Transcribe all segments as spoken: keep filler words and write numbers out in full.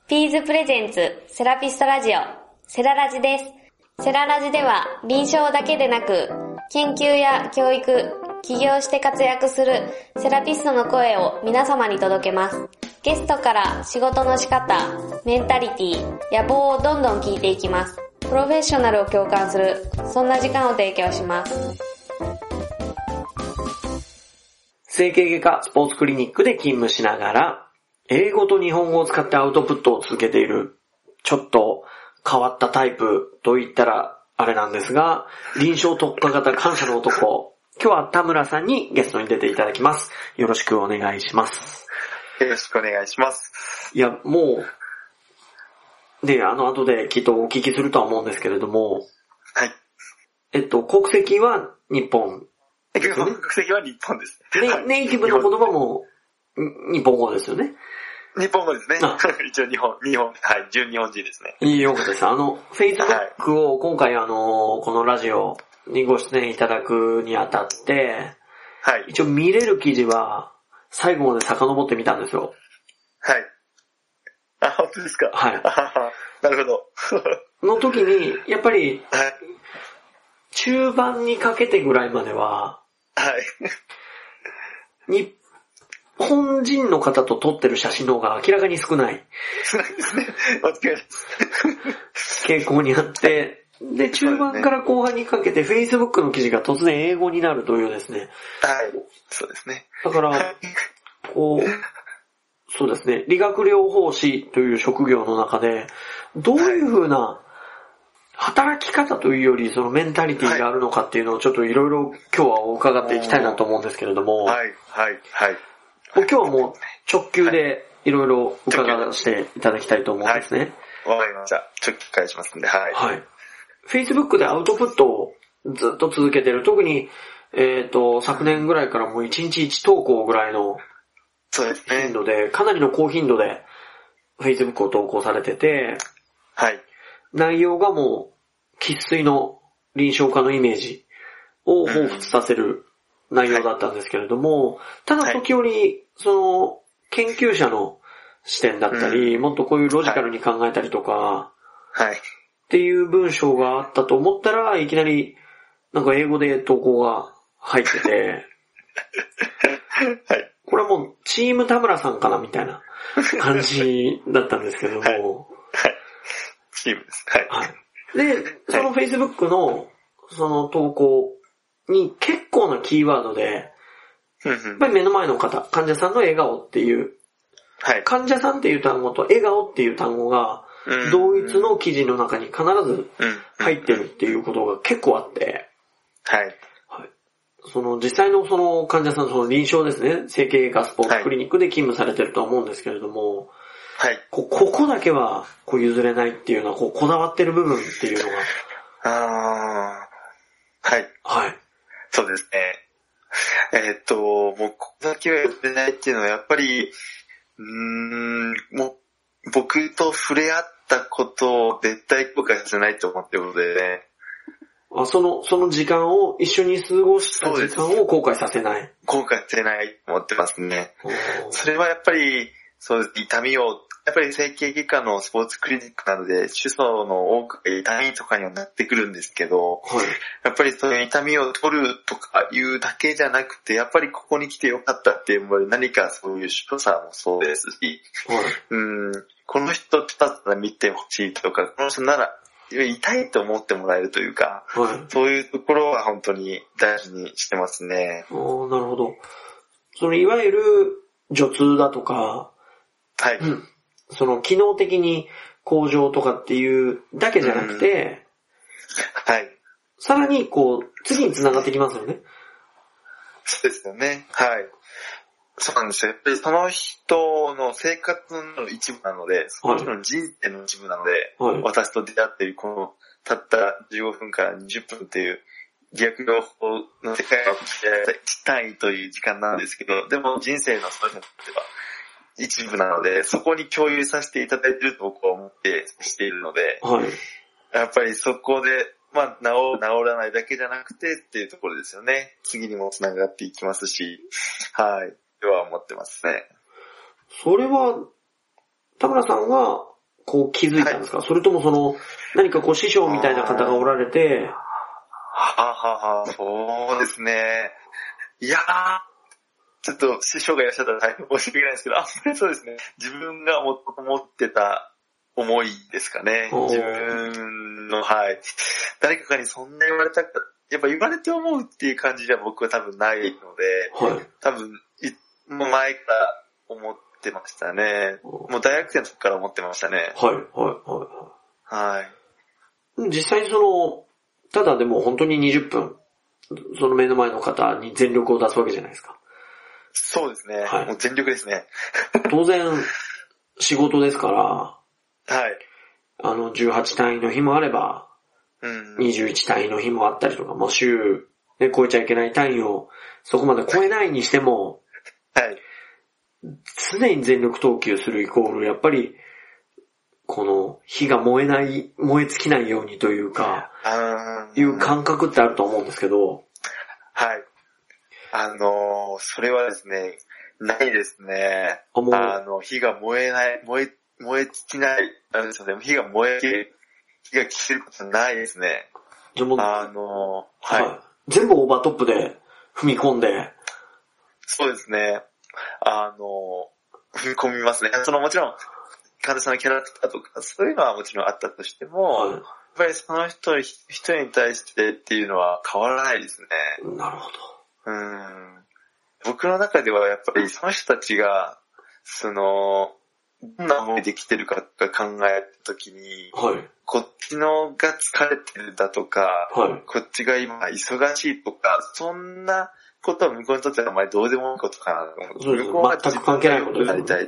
ピーズプレゼンツセラピストラジオセララジです。セララジでは臨床だけでなく研究や教育、起業して活躍するセラピストの声を皆様に届けます。ゲストから仕事の仕方、メンタリティ、野望をどんどん聞いていきます。プロフェッショナルを共感する、そんな時間を提供します。 整形外科スポーツクリニックで勤務しながら、英語と日本語を使ってアウトプットを続けている、ちょっと変わったタイプと言ったらあれなんですが、臨床特化型感謝の男、今日は田村さんにゲストに出ていただきます。よろしくお願いします。 よろしくお願いします。 いや、もう、で、あの後できっとお聞きするとは思うんですけれども、 はい。 えっと、国籍は日本。 国籍は日本です。 ね、はい、ネイティブの言葉も日本語ですよね。 日本語ですね。一応日本、日本、はい、純日本人ですね。 いいよかったです。あの、Facebook を今回あの、このラジオにご出演いただくにあたって、 はい。 一応見れる記事は最後まで遡ってみたんですよ。 はい。あ、本当ですか。 はい。 なるほど。 の時に、やっぱり、 はい、 中盤にかけてぐらいまでは、 はい。 日本人の方と撮ってる写真の方が明らかに少ない。 少ないですね。間違いないです。 傾向にあって、で、中盤から後半にかけて Facebook の記事が突然英語になるというですね。 はい。そうですね。 だから、こう、そうですね、理学療法士という職業の中で、どういう風な働き方というよりそのメンタリティがあるのかっていうのをちょっといろいろ今日は伺っていきたいなと思うんですけれども、 はい、はい、はい。 今日はもう直球でいろいろ伺わせていただきたいと思うんですね。 わ、はい、かりました。直球返しますんで、はい。 はい。Facebook でアウトプットをずっと続けてる。特に、えっと、昨年ぐらいからもういちにちいち投稿ぐらいの頻度で、かなりの高頻度で Facebook を投稿されてて、 はい。 内容がもう、生粋の臨床家のイメージを彷彿させる内容だったんですけれども、ただ時折、その、研究者の視点だったり、もっとこういうロジカルに考えたりとか、 はい。 っていう文章があったと思ったら、いきなり、なんか英語で投稿が入ってて、 はい。 これはもう、チーム田村さんかなみたいな感じだったんですけども、はい。はいチームです。はい。 はい。で、その Facebook の、その投稿に結構なキーワードで、やっぱり目の前の方、患者さんの笑顔っていう、 はい。 患者さんっていう単語と笑顔っていう単語が、同一の記事の中に必ず入ってるっていうことが結構あって、 はい。 はい。その実際のその患者さん、その臨床ですね、整形外科スポーツクリニックで勤務されてるとは思うんですけれども、 はい。 こ, ここだけはこう譲れないっていうのは、こうこだわってる部分っていうのが。 あー。はい。 はい。 そうですね。えー、っと、もうここだけは譲れないっていうのはやっぱり、うーん、もう僕と触れ合ったことを絶対後悔させないと思ってるのでね。 あ、その、その時間を一緒に過ごした時間を後悔させない。 後悔させないと思ってますね。それはやっぱり、そうです。痛みを、やっぱり整形外科のスポーツクリニックなので、主訴の多くが痛みとかにはなってくるんですけど、はい、やっぱりそういう痛みを取るとかいうだけじゃなくて、やっぱりここに来てよかったっていう何かそういう主さもそうですし、はい、うんこの人たちなら見てほしいとか、この人なら痛いと思ってもらえるというか、はい、そういうところは本当に大事にしてますね。 ああ、なるほど。そのいわゆる除痛だとか、 はい、うん。 その機能的に向上とかっていうだけじゃなくて、 うん、はい。 さらにこう、次に繋がってきますよね。 そうですよね。はい。そうなんですよ。やっぱりその人の生活の一部なので、その人の人生の一部なので、はい、私と出会っているこのたったじゅうごふんからにじゅっぷんっていう理学療法の世界をしたいという時間なんですけど、でも人生のその人にとっては一部なので、そこに共有させていただいていると僕は思ってしているので、はい、やっぱりそこで、まあ、治る、治らないだけじゃなくてっていうところですよね。次にもつながっていきますし、はい、とは思ってますね。 それは、田村さんは、 こう気づいたんですか、はい、それともその、何かこう師匠みたいな方がおられて、 はははそうですね。いやー、ちょっと師匠がいらっしゃったら大変申し訳ないですけど、あんまりそうですね。自分がも持ってた思いですかね。自分の、はい。誰かにそんな言われたか、やっぱ言われて思うっていう感じでは僕は多分ないので、はい、多分、もう前から思ってましたね。もう大学生の時から思ってましたね。 はい、はい、はい。はい。 実際その、ただでも本当ににじゅっぷん、その目の前の方に全力を出すわけじゃないですか。 そうですね。はい、もう全力ですね。 当然、仕事ですから、 はい。 あの、じゅうはち単位の日もあれば、 うん、 にじゅういち単位の日もあったりとか、もう週、ね、超えちゃいけない単位をそこまで超えないにしても、 はい。 常に全力投球するイコール、やっぱり、この火が燃えない、燃え尽きないようにというか、いう感覚ってあると思うんですけど。 はい。あのー、それはですね、ないですね。あの、火が燃えない、燃え、燃え尽きない、あれですよね、火が燃え切る、火が消えることないですね。 じゃもう、 あのー、はい、はい。 全部オーバートップで踏み込んで。 そうですね。あのー、踏み込みますね。そのもちろん、患者さんのキャラクターとか、そういうのはもちろんあったとしても、はい、やっぱりその人、人に対してっていうのは変わらないですね。 なるほど。 うん。僕の中ではやっぱりその人たちが、その、どんな思いで来てるかとか考えたときに、 はい、 こっちのが疲れてるだとか、 はい、 こっちが今忙しいとか、そんなことは向こうにとってはあまりどうでもいいことかなと思って。 向こうは全く関係ないことですね。はい。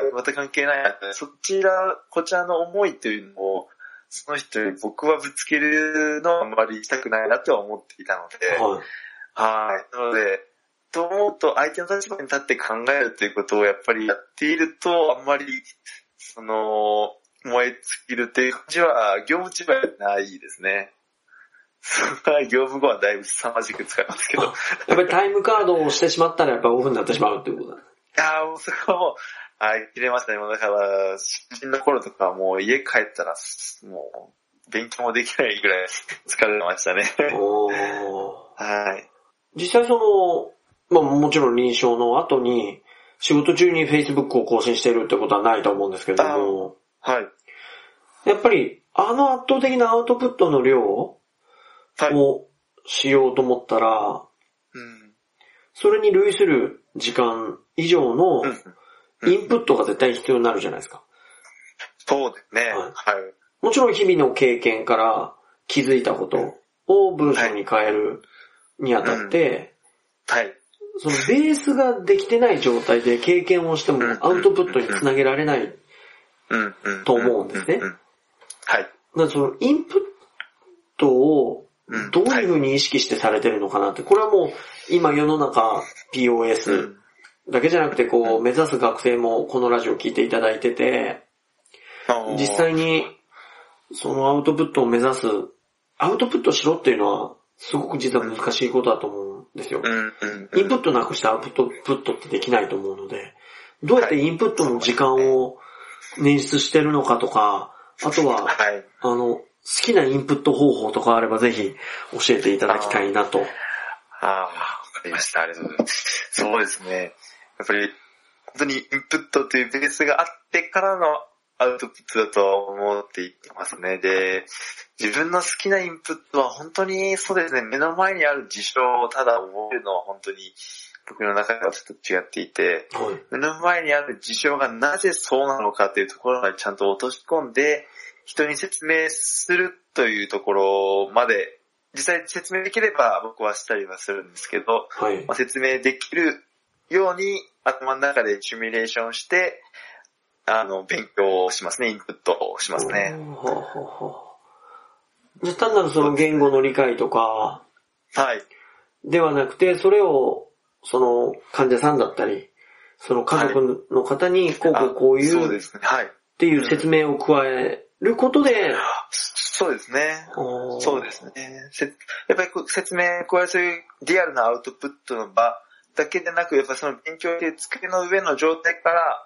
全く関係ない。そちら、こちらの思いというのを、その人に僕はぶつけるのはあんまりしたくないなとは思っていたので、 はい。 はい。なので、と思うと相手の立場に立って考えるということをやっぱりやっていると、あんまり、その、燃え尽きるという感じは、業務中はないですね。業務後はだいぶ凄まじく使いますけど。 やっぱりタイムカードをしてしまったらやっぱオフになってしまうっていうことだ。いやーもうそれはもう、はい、切れましたね。もうだから、新人の頃とかもう家帰ったら、もう、勉強もできないぐらい疲れてましたね。 おー。 はい。 実際その、まあもちろん臨床の後に、仕事中に Facebook を更新してるってことはないと思うんですけれども、 はい。 やっぱり、あの圧倒的なアウトプットの量をしようと思ったら、 うん、 それに類する時間以上のインプットが絶対必要になるじゃないですか。 そうですね。はい。はい、 もちろん日々の経験から気づいたことを文章に変えるにあたって、 はい。はい、 そのベースができてない状態で経験をしてもアウトプットにつなげられないと思うんですね。 はい。 だからそのインプットをどういうふうに意識してされてるのかなって、これはもう今世の中 ピーオーエス だけじゃなくてこう目指す学生もこのラジオ聞いていただいてて、実際にそのアウトプットを目指す、アウトプットしろっていうのはすごく実は難しいことだと思うんですよ。インプットなくしてアウトプットってできないと思うので、どうやってインプットの時間を捻出してるのかとか、あとは、あの、好きなインプット方法とかあればぜひ教えていただきたいなと。 ああ、わかりました。ありがとうございます。そうですね。やっぱり、本当にインプットというベースがあってからのアウトプットだと思っていますね。で、自分の好きなインプットは本当にそうですね、目の前にある事象をただ覚えるのは本当に僕の中ではちょっと違っていて、はい、目の前にある事象がなぜそうなのかというところまでちゃんと落とし込んで、人に説明するというところまで、実際説明できれば僕はしたりはするんですけど、 はい、 まあ、説明できるように頭の中でシミュレーションして、あの、勉強をしますね、インプットをしますね。 ほうほうほう。じゃあ単なるその言語の理解とか、 はい。 ではなくて、それを、その患者さんだったり、その家族の方に、こうこうこういう、 そうですね。はい。 っていう説明を加えることで、 そうですね。そうですね。やっぱり説明を加え、そういうリアルなアウトプットの場だけでなく、やっぱりその勉強で机の上の状態から、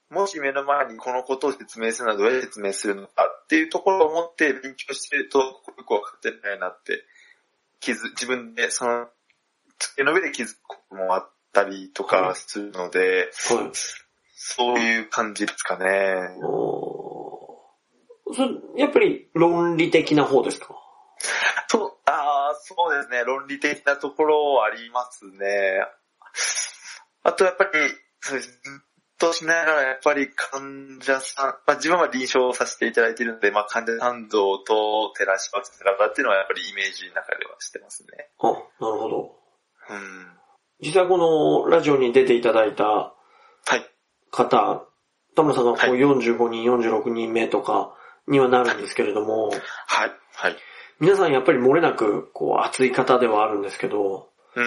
もし目の前にこのことを説明するのはどうやって説明するのかっていうところを思って勉強してると、よくわかってないなって気づ、自分でその、机の上で気づくこともあったりとかするので、はい、そういう感じですかね。 おそやっぱり論理的な方ですか？ そう、ああ、そうですね。論理的なところありますね。あとやっぱり、そうです。ずっとしながらやっぱり患者さん、まあ自分は臨床させていただいているので、まあ患者さん像と照らし合わせながらっていうのはやっぱりイメージの中ではしてますね。 あ、なるほど。 うん。 実際このラジオに出ていただいた方、はい、田村さんがこうよんじゅうごにん、よんじゅうろくにんめとかにはなるんですけれども、 はい、はい。 皆さんやっぱり漏れなくこう熱い方ではあるんですけど、 うん。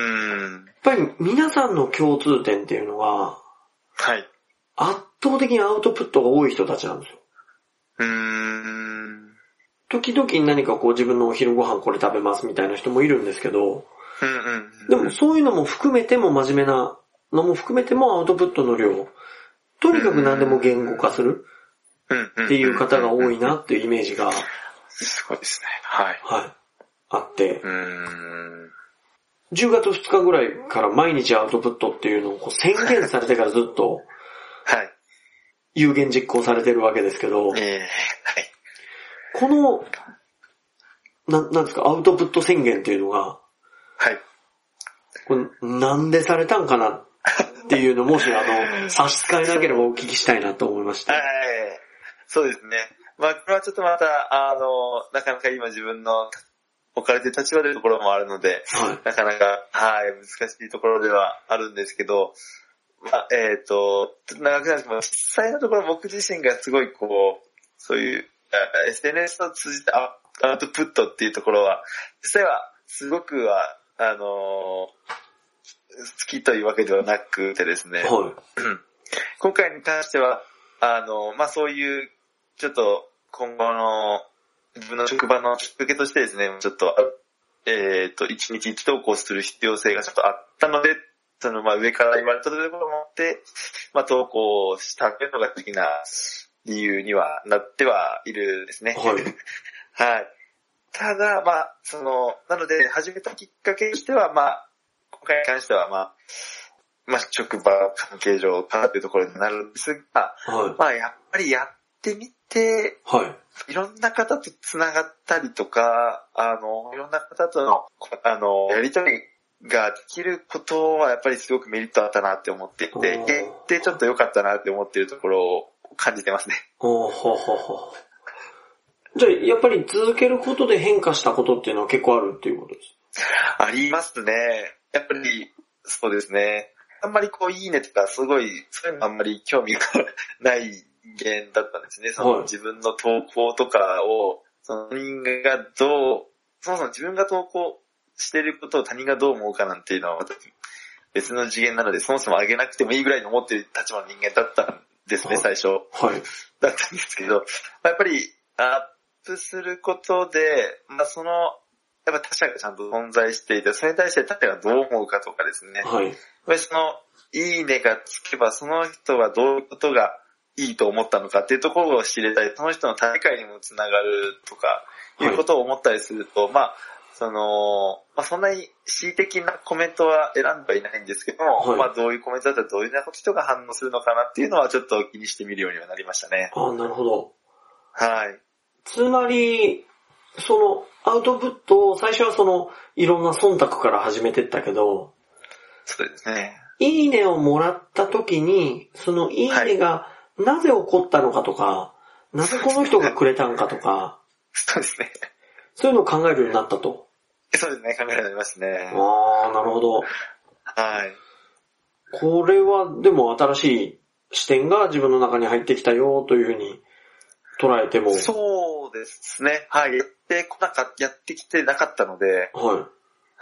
やっぱり皆さんの共通点っていうのは、 はい。 圧倒的にアウトプットが多い人たちなんですよ。 うーん。 時々何かこう自分のお昼ご飯これ食べますみたいな人もいるんですけど、 うんうんうん、 でもそういうのも含めても真面目なのも含めてもアウトプットの量、とにかく何でも言語化するっていう方が多いなっていうイメージが、 すごいですね。はい。 はい。あって、 うーんじゅうがつふつかぐらいから毎日アウトプットっていうのをこう宣言されてからずっと、 はい。 有言実行されてるわけですけど、 えー、はい。 この、な、なんですか、アウトプット宣言っていうのが、 はい。 これなんでされたんかなっていうのもしあの、差し支えなければお聞きしたいなと思いました。 はい。そうですね。まあ、これはちょっとまた、あの、なかなか今自分の置かれてる立場でるところもあるので、はい、なかなか、はい、難しいところではあるんですけど、まあ、えっ、ー、と、ちょっと長くなるんですけど、実際のところ僕自身がすごいこう、そういう、エスエヌエス を通じたアウトプットっていうところは、実際はすごくは、あのー、好きというわけではなくてですね、はい、今回に関しては、あの、まあ、そういう、ちょっと今後の自分の職場のきっかけとしてですね、ちょっと、えっ、ー、と、一日一投稿する必要性がちょっとあったので、その、ま、上から言われたところを持って、まあ、投稿したというのが的な理由にはなってはいるんですね。はい。はい。ただ、まあ、その、なので、始めたきっかけとしては、まあ、今回に関しては、まあ、まあ、職場関係上かなというところになるんですが、はい、まあ、やっぱりやってみて、はい。いろんな方と繋がったりとか、あの、いろんな方との、あの、やりとりができることはやっぱりすごくメリットあったなって思っていて、やってちょっと良かったなって思っているところを感じてますね。 ほうほうほうほう。じゃあ、やっぱり続けることで変化したことっていうのは結構あるっていうことです。 ありますね。やっぱり、そうですね。あんまりこう、いいねとか、すごい、そういうのあんまり興味がない人間だったんですね。その、はい、自分の投稿とかを、その人間がどう、そもそも自分が投稿してることを他人がどう思うかなんていうのは、私、別の次元なので、そもそも上げなくてもいいぐらいに思ってる立場の人間だったんですね、最初。はい。だったんですけど、やっぱり、アップすることで、まあその、やっぱ他者がちゃんと存在していて、それに対して他者がどう思うかとかですね。はい。やっぱりその、いいねがつけば、その人はどういうことがいいと思ったのかっていうところを知れたり、その人の大会にもつながるとか、いうことを思ったりすると、はい、まあ、その、まあそんなに恣意的なコメントは選んではいないんですけども、はい、まあどういうコメントだったらどういう人が反応するのかなっていうのはちょっと気にしてみるようにはなりましたね。 ああ、なるほど。 はい。 つまり、その、アウトプットを最初はその、いろんな忖度から始めてったけど、 そうですね。 いいねをもらった時に、そのいいねがなぜ起こったのかとか、はい、なぜこの人がくれたんかとか、 そうですね。 そういうのを考えるようになったと。 そうですね、考えるようになりますね。 ああ、なるほど。 はい。 これはでも新しい視点が自分の中に入ってきたよというふうに捉えても。 そうですね。はい。やってこなかった、やってきてなかったので。 はい。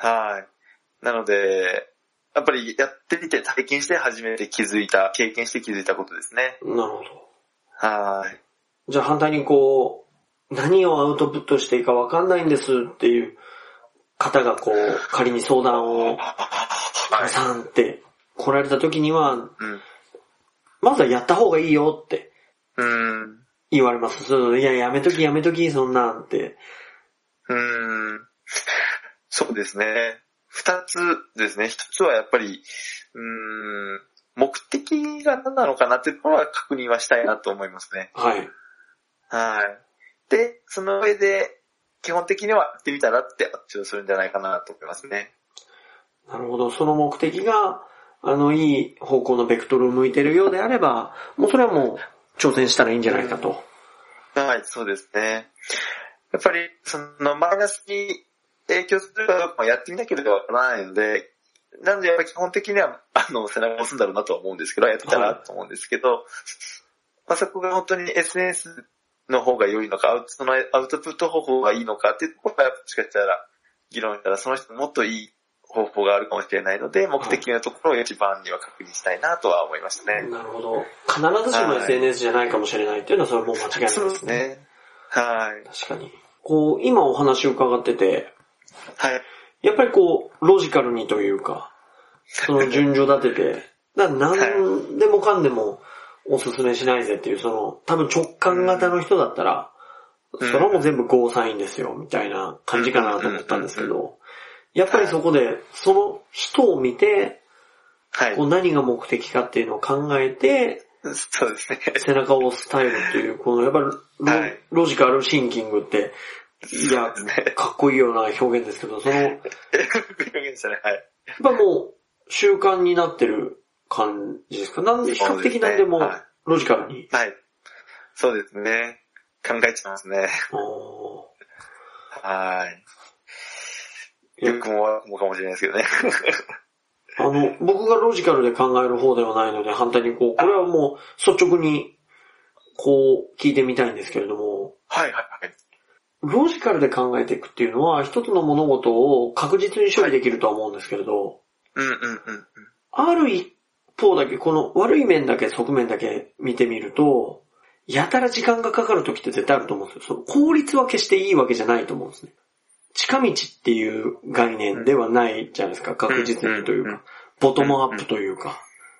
はい。なので、やっぱりやってみて体験して初めて気づいた、経験して気づいたことですね。 なるほど。 はい。 じゃあ反対にこう、何をアウトプットしていいかわかんないんですっていう方がこう、仮に相談を、さんって来られた時には、うん、 まずはやった方がいいよって、 うん。 言われます。そう、いや、やめときやめとき、そんなんって。 うん。そうですね。二つですね。一つはやっぱり、うーん、目的が何なのかなっていうところは確認はしたいなと思いますね。 はい。 はい。で、その上で、基本的にはやってみたらって発注するんじゃないかなと思いますね。 なるほど。その目的が、あの、いい方向のベクトルを向いているようであれば、もうそれはもう挑戦したらいいんじゃないかと。 うん、はい、そうですね。やっぱり、そのマイナスに影響するかどうかもやってみなければわからないので、なのでやっぱり基本的には、あの、背中を押すんだろうなとは思うんですけど、やってたらと思うんですけど、はい、まあ、そこが本当に エスエヌエス の方が良いのか、アウト、そのアウトプット方法がいいのかっていうところが、もしかしたら議論したら、その人もっといい方法があるかもしれないので、目的のところを一番には確認したいなとは思いましたね。 なるほど。必ずしも エスエヌエス じゃないかもしれないっていうのは、それはもう間違いないですね。そうですね。 はい。 確かに。こう、今お話を伺ってて、 はい。 やっぱりこう、ロジカルにというか、その順序立てて、だから何でもかんでもおすすめしないぜっていう、その、多分直感型の人だったら、うん、それはもう全部ゴーサインですよ、みたいな感じかなと思ったんですけど、やっぱりそこで、その人を見て、はい、こう何が目的かっていうのを考えて、 そうですね。 背中を押すタイルっていう、このやっぱり ロ,、はい、ロジカルシンキングって、いや、ね、かっこいいような表現ですけど、その、表現でしたね、はい。 やっぱもう、習慣になってる感じですか？なんで比較的なんでも、ロジカルに、 はい。はい。そうですね。考えちゃいますね。 おはい。よくも悪くもかもしれないですけどね。 あの、僕がロジカルで考える方ではないので、反対にこう、これはもう率直に、こう、聞いてみたいんですけれども。 はいはいはい。 ロジカルで考えていくっていうのは、一つの物事を確実に処理できるとは思うんですけれど、 うんうんうんうん。 ある一方だけ、この悪い面だけ、側面だけ見てみると、やたら時間がかかる時って絶対あると思うんですよ。その効率は決していいわけじゃないと思うんですね。近道っていう概念ではないじゃないですか、確実にというか、ボトムアップというか。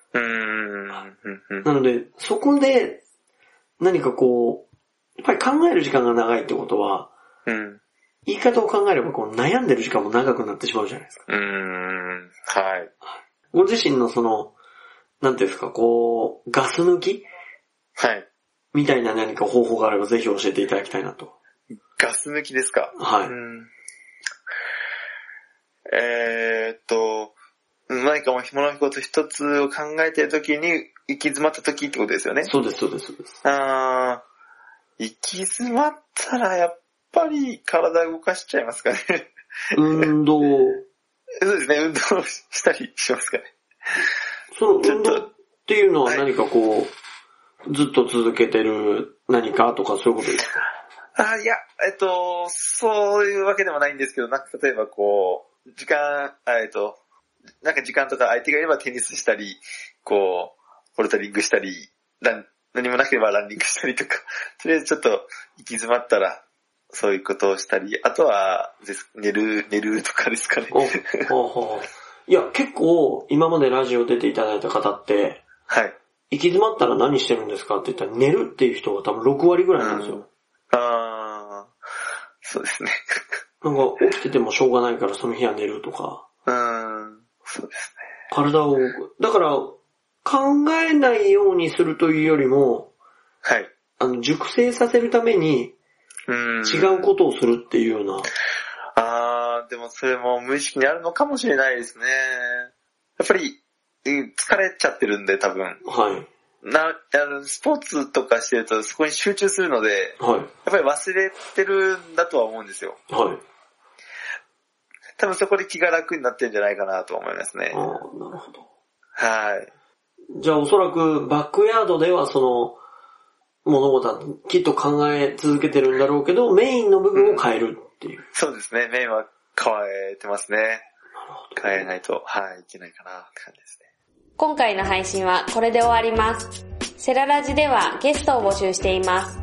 なので、そこで何かこう、やっぱり考える時間が長いってことは、 うん、 言い方を考えればこう悩んでる時間も長くなってしまうじゃないですか。 うーん、はい。 ご自身のその、なんていうんですか、こう、ガス抜きはい。 みたいな何か方法があればぜひ教えていただきたいなと。 ガス抜きですか？ はい。 うんえー、っと、何かも物事一つを考えているときに行き詰まったときってことですよね。 そうです、そうです、そうです。 あー、行き詰まったらやっぱり体動かしちゃいますかね。 運動。 そうですね、運動したりしますかね。 その運動っていうのは何かこう、はい、ずっと続けてる何かとかそういうことですか？ あ、いや、えっと、そういうわけでもないんですけど、なんか例えばこう、時間、えっと、なんか時間とか相手がいればテニスしたり、こう、ボルダリングしたり、何もなければランニングしたりとか、とりあえずちょっと行き詰まったら、そういうことをしたり、あとは、寝る、寝るとかですかね。 おほほいや、結構、今までラジオ出ていただいた方って、 はい。 行き詰まったら何してるんですかって言ったら、寝るっていう人が多分ろくわりぐらいなんですよ。 うん、あー、そうですね。 なんか、起きててもしょうがないからその日は寝るとか。 うん、そうですね。 体を、だから、考えないようにするというよりも、 はい。 あの、熟成させるために、違うことをするっていうような。 あー、でもそれも無意識にあるのかもしれないですね。やっぱり、疲れちゃってるんで多分。 はい。 な、あの、スポーツとかしてるとそこに集中するので、 はい。やっぱり忘れてるんだとは思うんですよ。 はい。 多分そこで気が楽になってるんじゃないかなと思いますね。 ああ、なるほど。 はい。 じゃあおそらくバックヤードではその物事はきっと考え続けてるんだろうけど、メインの部分を変えるっていう。うん、 そうですね。メインは変えてますね。なるほど。変えないと、はい、いけないかなって感じですね。 今回の配信はこれで終わります。セララジではゲストを募集しています。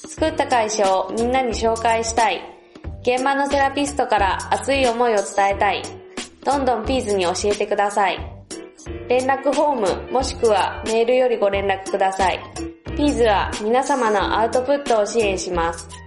作った会社をみんなに紹介したい。現場のセラピストから熱い思いを伝えたい。どんどんピーズに教えてください。 連絡フォームもしくはメールよりご連絡ください。ピーズは皆様のアウトプットを支援します。